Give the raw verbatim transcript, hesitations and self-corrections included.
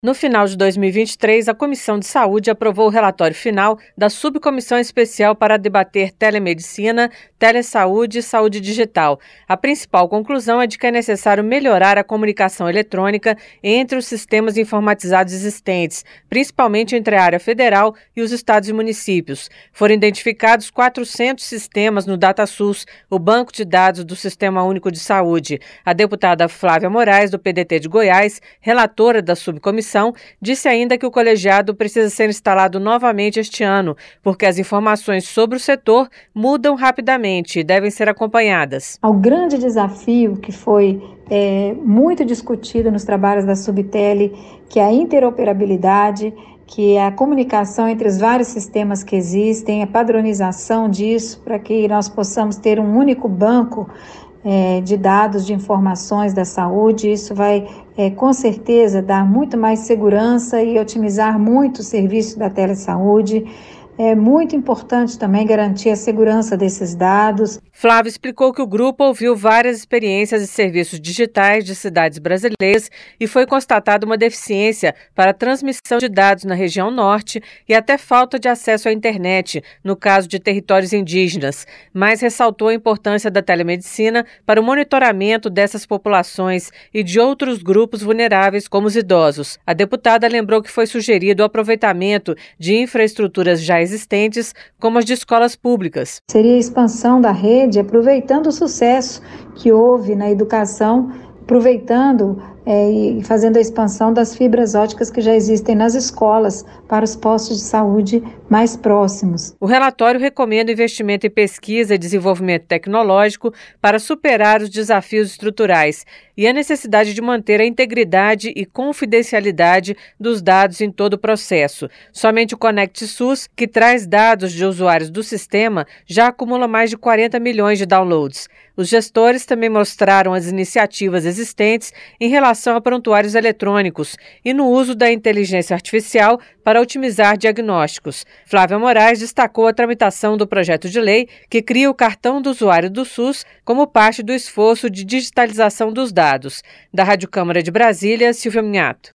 No final de dois mil e vinte e três, a Comissão de Saúde aprovou o relatório final da Subcomissão Especial para debater telemedicina, telesaúde e saúde digital. A principal conclusão é de que é necessário melhorar a comunicação eletrônica entre os sistemas informatizados existentes, principalmente entre a área federal e os estados e municípios. Foram identificados quatrocentos sistemas no DataSUS, o banco de dados do Sistema Único de Saúde. A deputada Flávia Moraes, do P D T de Goiás, relatora da subcomissão, disse ainda que o colegiado precisa ser instalado novamente este ano, porque as informações sobre o setor mudam rapidamente e devem ser acompanhadas. Ao grande desafio que foi é, muito discutido nos trabalhos da Subtele, que é a interoperabilidade, que é a comunicação entre os vários sistemas que existem, a padronização disso para que nós possamos ter um único banco É, de dados, de informações da saúde. Isso vai, é, com certeza, dar muito mais segurança e otimizar muito o serviço da telesaúde. É muito importante também garantir a segurança desses dados. Flávio explicou que o grupo ouviu várias experiências e serviços digitais de cidades brasileiras e foi constatada uma deficiência para a transmissão de dados na região norte e até falta de acesso à internet, no caso de territórios indígenas, mas ressaltou a importância da telemedicina para o monitoramento dessas populações e de outros grupos vulneráveis, como os idosos. A deputada lembrou que foi sugerido o aproveitamento de infraestruturas já existentes, como as de escolas públicas. Seria a expansão da rede, aproveitando o sucesso que houve na educação, aproveitando é, e fazendo a expansão das fibras óticas que já existem nas escolas para os postos de saúde mais próximos. O relatório recomenda investimento em pesquisa e desenvolvimento tecnológico para superar os desafios estruturais e a necessidade de manter a integridade e confidencialidade dos dados em todo o processo. Somente o Conect SUS, que traz dados de usuários do sistema, já acumula mais de quarenta milhões de downloads. Os gestores também mostraram as iniciativas existentes em relação a prontuários eletrônicos e no uso da inteligência artificial para otimizar diagnósticos. Flávia Moraes destacou a tramitação do projeto de lei que cria o cartão do usuário do SUS como parte do esforço de digitalização dos dados. Da Rádio Câmara de Brasília, Silvia Minhato.